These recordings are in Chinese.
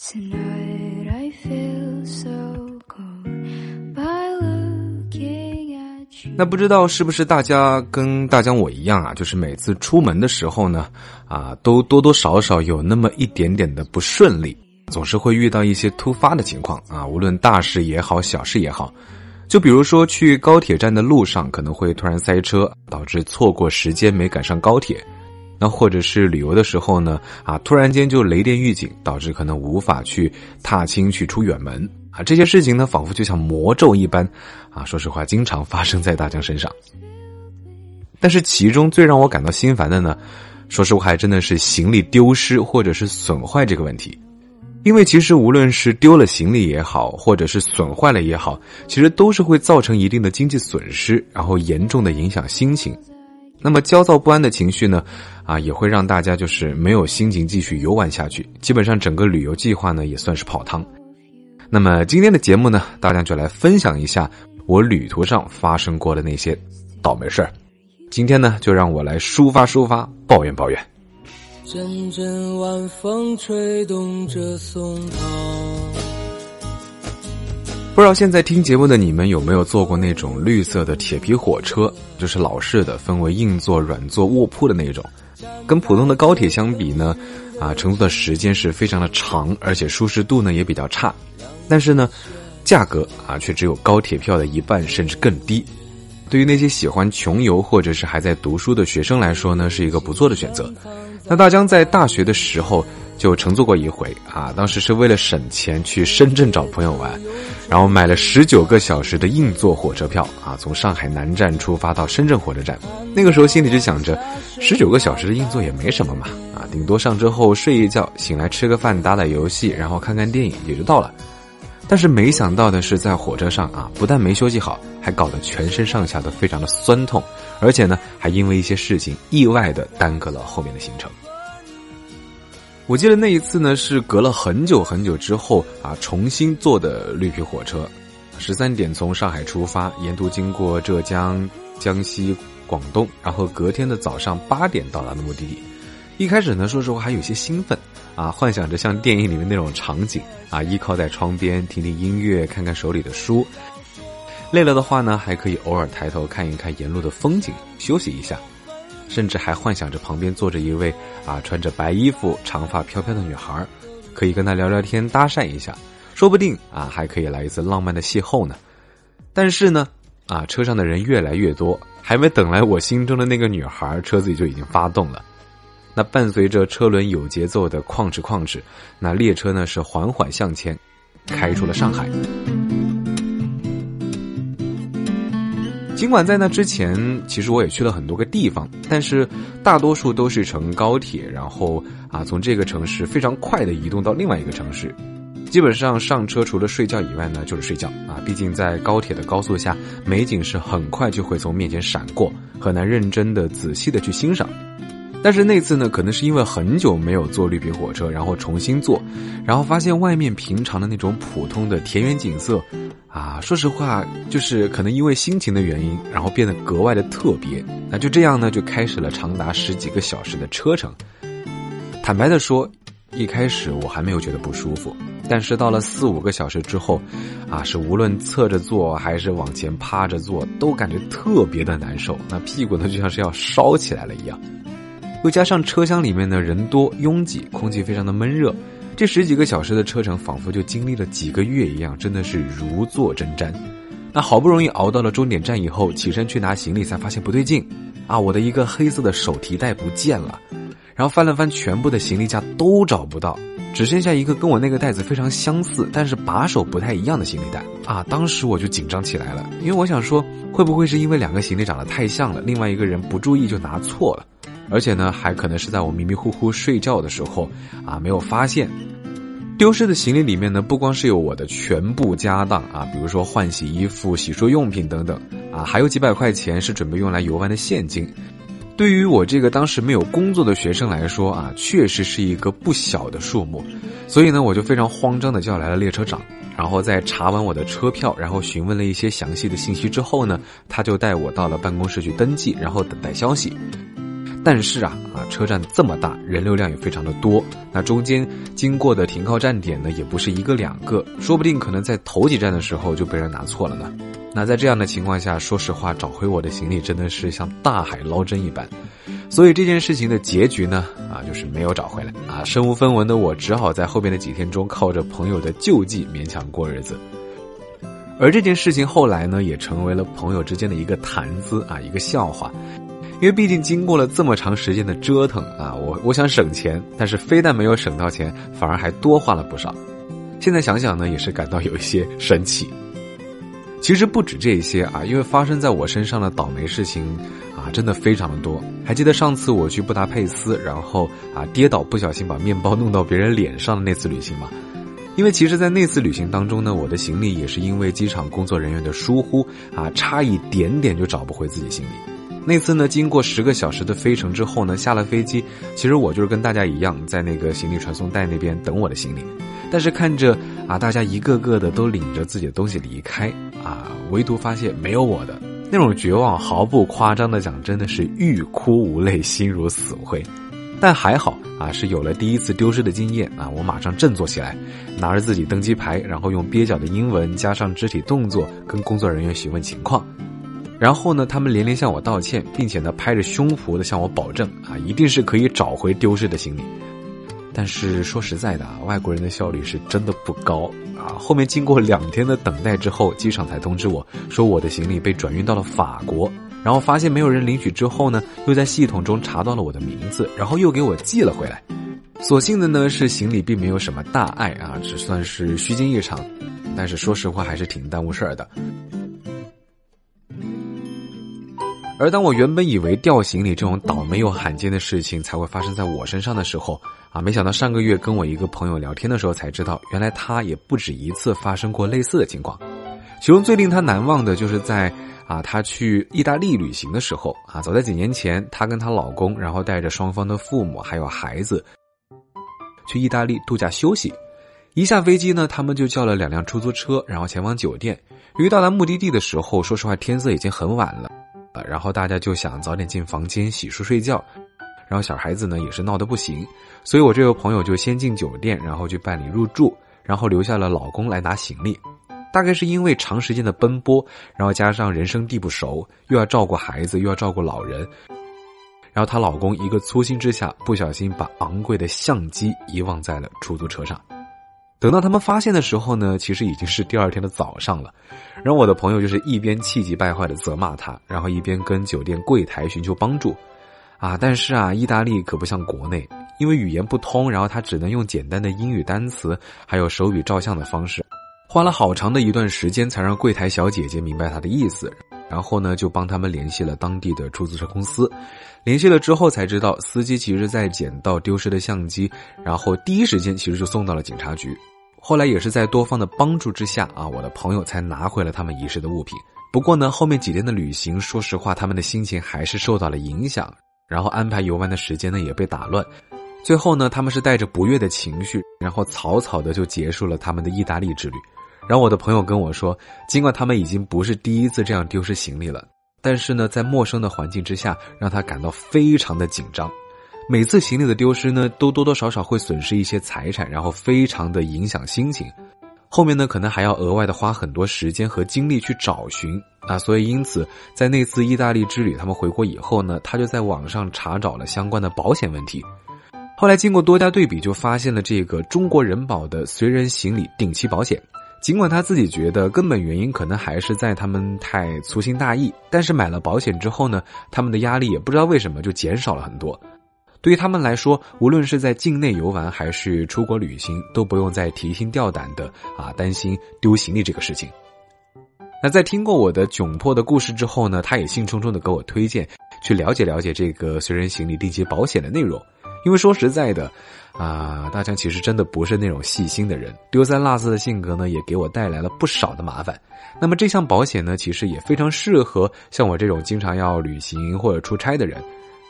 Tonight I feel so cold by looking at you. 那不知道是不是大家跟大江我一样啊，就是每次出门的时候呢，都多多少少有那么一点点的不顺利，总是会遇到一些突发的情况啊，无论大事也好，小事也好。就比如说去高铁站的路上可能会突然塞车，导致错过时间没赶上高铁。那或者是旅游的时候呢，突然间就雷电预警，导致可能无法去踏青去出远门啊，这些事情呢仿佛就像魔咒一般啊，说实话经常发生在大江身上。但是其中最让我感到心烦的呢，说实话还真的是行李丢失或者是损坏这个问题。因为其实无论是丢了行李也好，或者是损坏了也好，其实都是会造成一定的经济损失，然后严重的影响心情。那么焦躁不安的情绪呢，也会让大家就是没有心情继续游玩下去，基本上整个旅游计划呢也算是泡汤。那么今天的节目呢，大家就来分享一下我旅途上发生过的那些倒霉事儿。今天呢，就让我来抒发抒发，抱怨抱怨。 阵阵晚风吹动着松涛。 不知道现在听节目的你们有没有坐过那种绿色的铁皮火车，就是老式的，分为硬座、软座、卧铺的那种。跟普通的高铁相比呢，乘坐的时间是非常的长，而且舒适度呢也比较差。但是呢，价格却只有高铁票的一半甚至更低。对于那些喜欢穷游或者是还在读书的学生来说呢，是一个不错的选择。那大江在大学的时候就乘坐过一回当时是为了省钱去深圳找朋友玩，然后买了19个小时的硬座火车票从上海南站出发到深圳火车站。那个时候心里就想着19个小时的硬座也没什么嘛顶多上车后睡一觉，醒来吃个饭，打打游戏，然后看看电影也就到了。但是没想到的是，在火车上不但没休息好，还搞得全身上下都非常的酸痛，而且呢还因为一些事情意外的耽搁了后面的行程。我记得那一次呢是隔了很久很久之后重新坐的绿皮火车，13点从上海出发，沿途经过浙江、江西、广东，然后隔天的早上8点到达的目的地。一开始呢说实话还有些兴奋幻想着像电影里面那种场景依靠在窗边听听音乐，看看手里的书，累了的话呢还可以偶尔抬头看一看沿路的风景，休息一下。甚至还幻想着旁边坐着一位穿着白衣服长发飘飘的女孩，可以跟她聊聊天搭讪一下，说不定还可以来一次浪漫的邂逅呢。但是呢车上的人越来越多，还没等来我心中的那个女孩，车子就已经发动了。那伴随着车轮有节奏的哐哧哐哧，那列车呢是缓缓向前开出了上海。尽管在那之前其实我也去了很多个地方，但是大多数都是乘高铁，然后从这个城市非常快的移动到另外一个城市。基本上上车除了睡觉以外呢就是睡觉毕竟在高铁的高速下，美景是很快就会从面前闪过，很难认真的仔细的去欣赏。但是那次呢可能是因为很久没有坐绿皮火车，然后重新坐，然后发现外面平常的那种普通的田园景色说实话就是可能因为心情的原因，然后变得格外的特别。那就这样呢就开始了长达10几个小时的车程。坦白的说，一开始我还没有觉得不舒服，但是到了4、5个小时之后是无论侧着坐还是往前趴着坐都感觉特别的难受，那屁股呢就像是要烧起来了一样。又加上车厢里面的人多拥挤，空气非常的闷热，这10几个小时的车程仿佛就经历了几个月一样，真的是如坐针毡。那好不容易熬到了终点站以后，起身去拿行李才发现不对劲我的一个黑色的手提袋不见了，然后翻了翻全部的行李架都找不到，只剩下一个跟我那个袋子非常相似但是把手不太一样的行李袋当时我就紧张起来了，因为我想说会不会是因为2个行李长得太像了，另外一个人不注意就拿错了，而且呢还可能是在我迷迷糊糊睡觉的时候没有发现。丢失的行李里面呢不光是有我的全部家当比如说换洗衣服、洗漱用品等等还有几百块钱是准备用来游玩的现金。对于我这个当时没有工作的学生来说确实是一个不小的数目。所以呢我就非常慌张地叫来了列车长，然后在查完我的车票，然后询问了一些详细的信息之后呢，他就带我到了办公室去登记，然后等待消息。 但是车站这么大，人流量也非常的多，那中间经过的停靠站点呢，也不是一个两个，说不定可能在头几站的时候就被人拿错了呢。那在这样的情况下，说实话，找回我的行李真的是像大海捞针一般。所以这件事情的结局呢，就是没有找回来身无分文的我只好在后边的几天中靠着朋友的救济勉强过日子。而这件事情后来呢，也成为了朋友之间的一个谈资一个笑话。因为毕竟经过了这么长时间的折腾我想省钱，但是非但没有省到钱，反而还多花了不少。现在想想呢，也是感到有一些生气。其实不止这些因为发生在我身上的倒霉事情真的非常的多。还记得上次我去布达佩斯，然后跌倒不小心把面包弄到别人脸上的那次旅行吗？因为其实在那次旅行当中呢，我的行李也是因为机场工作人员的疏忽差一点点就找不回自己行李。那次呢，经过10个小时的飞程之后呢，下了飞机，其实我就是跟大家一样，在那个行李传送带那边等我的行李。但是看着大家一个个的都领着自己的东西离开唯独发现没有我的，那种绝望毫不夸张的讲，真的是欲哭无泪，心如死灰。但还好是有了第一次丢失的经验我马上振作起来，拿着自己登机牌，然后用蹩脚的英文加上肢体动作跟工作人员询问情况。然后呢，他们连连向我道歉，并且呢拍着胸脯的向我保证一定是可以找回丢失的行李。但是说实在的外国人的效率是真的不高后面经过2天的等待之后，机场才通知我说我的行李被转运到了法国，然后发现没有人领取之后呢，又在系统中查到了我的名字，然后又给我寄了回来。所幸的呢是行李并没有什么大碍只算是虚惊一场，但是说实话还是挺耽误事儿的。而当我原本以为掉行李这种倒霉又罕见的事情才会发生在我身上的时候没想到上个月跟我一个朋友聊天的时候才知道，原来他也不止一次发生过类似的情况。其中最令他难忘的就是在他去意大利旅行的时候早在几年前，她跟她老公然后带着双方的父母还有孩子去意大利度假休息。一下飞机呢，他们就叫了2辆出租车，然后前往酒店。由于到达目的地的时候，说实话天色已经很晚了然后大家就想早点进房间洗漱睡觉，然后小孩子呢也是闹得不行，所以我这位朋友就先进酒店，然后去办理入住，然后留下了老公来拿行李。大概是因为长时间的奔波，然后加上人生地不熟，又要照顾孩子又要照顾老人，然后她老公一个粗心之下，不小心把昂贵的相机遗忘在了出租车上。等到他们发现的时候呢，其实已经是第2天的早上了。然后我的朋友就是一边气急败坏的责骂他，然后一边跟酒店柜台寻求帮助但是意大利可不像国内，因为语言不通，然后他只能用简单的英语单词还有手语照相的方式，花了好长的一段时间才让柜台小姐姐明白他的意思。然后呢就帮他们联系了当地的出租车公司，联系了之后才知道司机其实在捡到丢失的相机，然后第一时间其实就送到了警察局。后来也是在多方的帮助之下我的朋友才拿回了他们遗失的物品。不过呢后面几天的旅行，说实话他们的心情还是受到了影响，然后安排游玩的时间呢也被打乱。最后呢他们是带着不悦的情绪，然后草草的就结束了他们的意大利之旅。然后我的朋友跟我说，尽管他们已经不是第一次这样丢失行李了，但是呢在陌生的环境之下让他感到非常的紧张。每次行李的丢失呢都多多少少会损失一些财产，然后非常的影响心情。后面呢可能还要额外的花很多时间和精力去找寻所以因此在那次意大利之旅他们回国以后呢，他就在网上查找了相关的保险问题。后来经过多家对比，就发现了这个中国人保的随人行李定期保险。尽管他自己觉得根本原因可能还是在他们太粗心大意，但是买了保险之后呢，他们的压力也不知道为什么就减少了很多。对于他们来说，无论是在境内游玩还是出国旅行，都不用再提心吊胆的担心丢行李这个事情。那在听过我的窘迫的故事之后呢，他也兴冲冲的给我推荐去了解了解这个随人行李定期保险的内容。因为说实在的大家其实真的不是那种细心的人，丢三落四的性格呢也给我带来了不少的麻烦。那么这项保险呢其实也非常适合像我这种经常要旅行或者出差的人。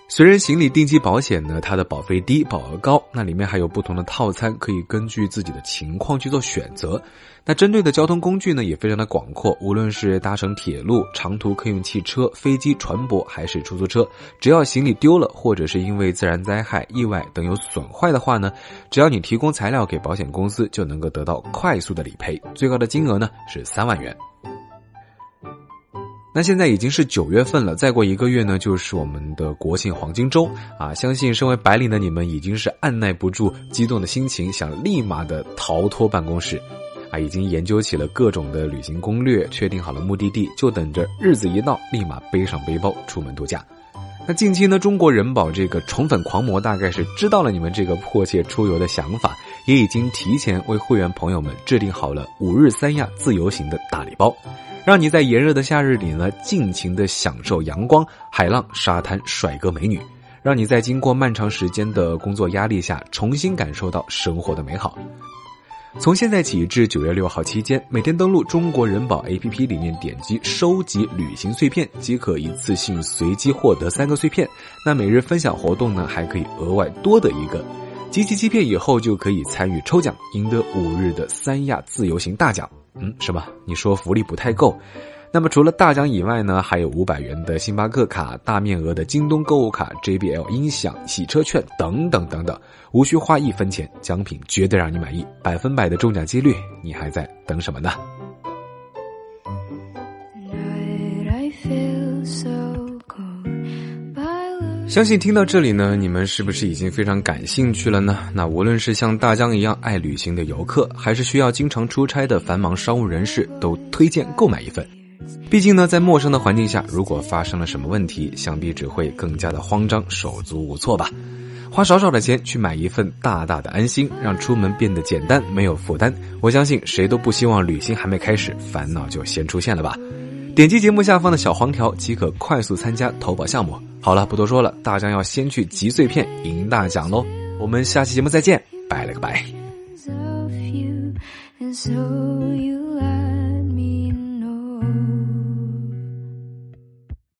随人行李定期保险呢，它的保费低，保额高，那里面还有不同的套餐，可以根据自己的情况去做选择。那针对的交通工具呢也非常的广阔，无论是搭乘铁路、长途客运汽车、飞机、船舶还是出租车，只要行李丢了或者是因为自然灾害、意外等有损坏的话呢，只要你提供材料给保险公司，就能够得到快速的理赔，最高的金额呢是3万元。那现在已经是9月份了，再过1个月呢就是我们的国庆黄金周啊！相信身为白领的你们已经是按耐不住激动的心情，想立马的逃脱办公室啊！已经研究起了各种的旅行攻略，确定好了目的地，就等着日子一到，立马背上背包出门度假。那近期呢，中国人保这个宠粉狂魔大概是知道了你们这个迫切出游的想法，也已经提前为会员朋友们制定好了5日3亚自由行的大礼包，让你在炎热的夏日里呢，尽情的享受阳光、海浪、沙滩、帅哥美女，让你在经过漫长时间的工作压力下，重新感受到生活的美好。从现在起至9月6号期间，每天登录中国人保 APP 里面点击收集旅行碎片，即可一次性随机获得3个碎片。那每日分享活动呢，还可以额外多得1个。集齐欺骗以后就可以参与抽奖，赢得5日的3亚自由行大奖。是吧？你说福利不太够。那么除了大奖以外呢，还有500元的星巴克卡、大面额的京东购物卡、JBL 音响、洗车券等等等等，无需花1分钱，奖品绝对让你满意，100%的中奖几率，你还在等什么呢？相信听到这里呢，你们是不是已经非常感兴趣了呢？那无论是像大江一样爱旅行的游客，还是需要经常出差的繁忙商务人士，都推荐购买一份。毕竟呢，在陌生的环境下，如果发生了什么问题，想必只会更加的慌张，手足无措吧。花少少的钱去买一份大大的安心，让出门变得简单，没有负担。我相信谁都不希望旅行还没开始，烦恼就先出现了吧。点击节目下方的小黄条即可快速参加投保项目。好了，不多说了，大江要先去集碎片赢大奖咯。我们下期节目再见，拜了个拜。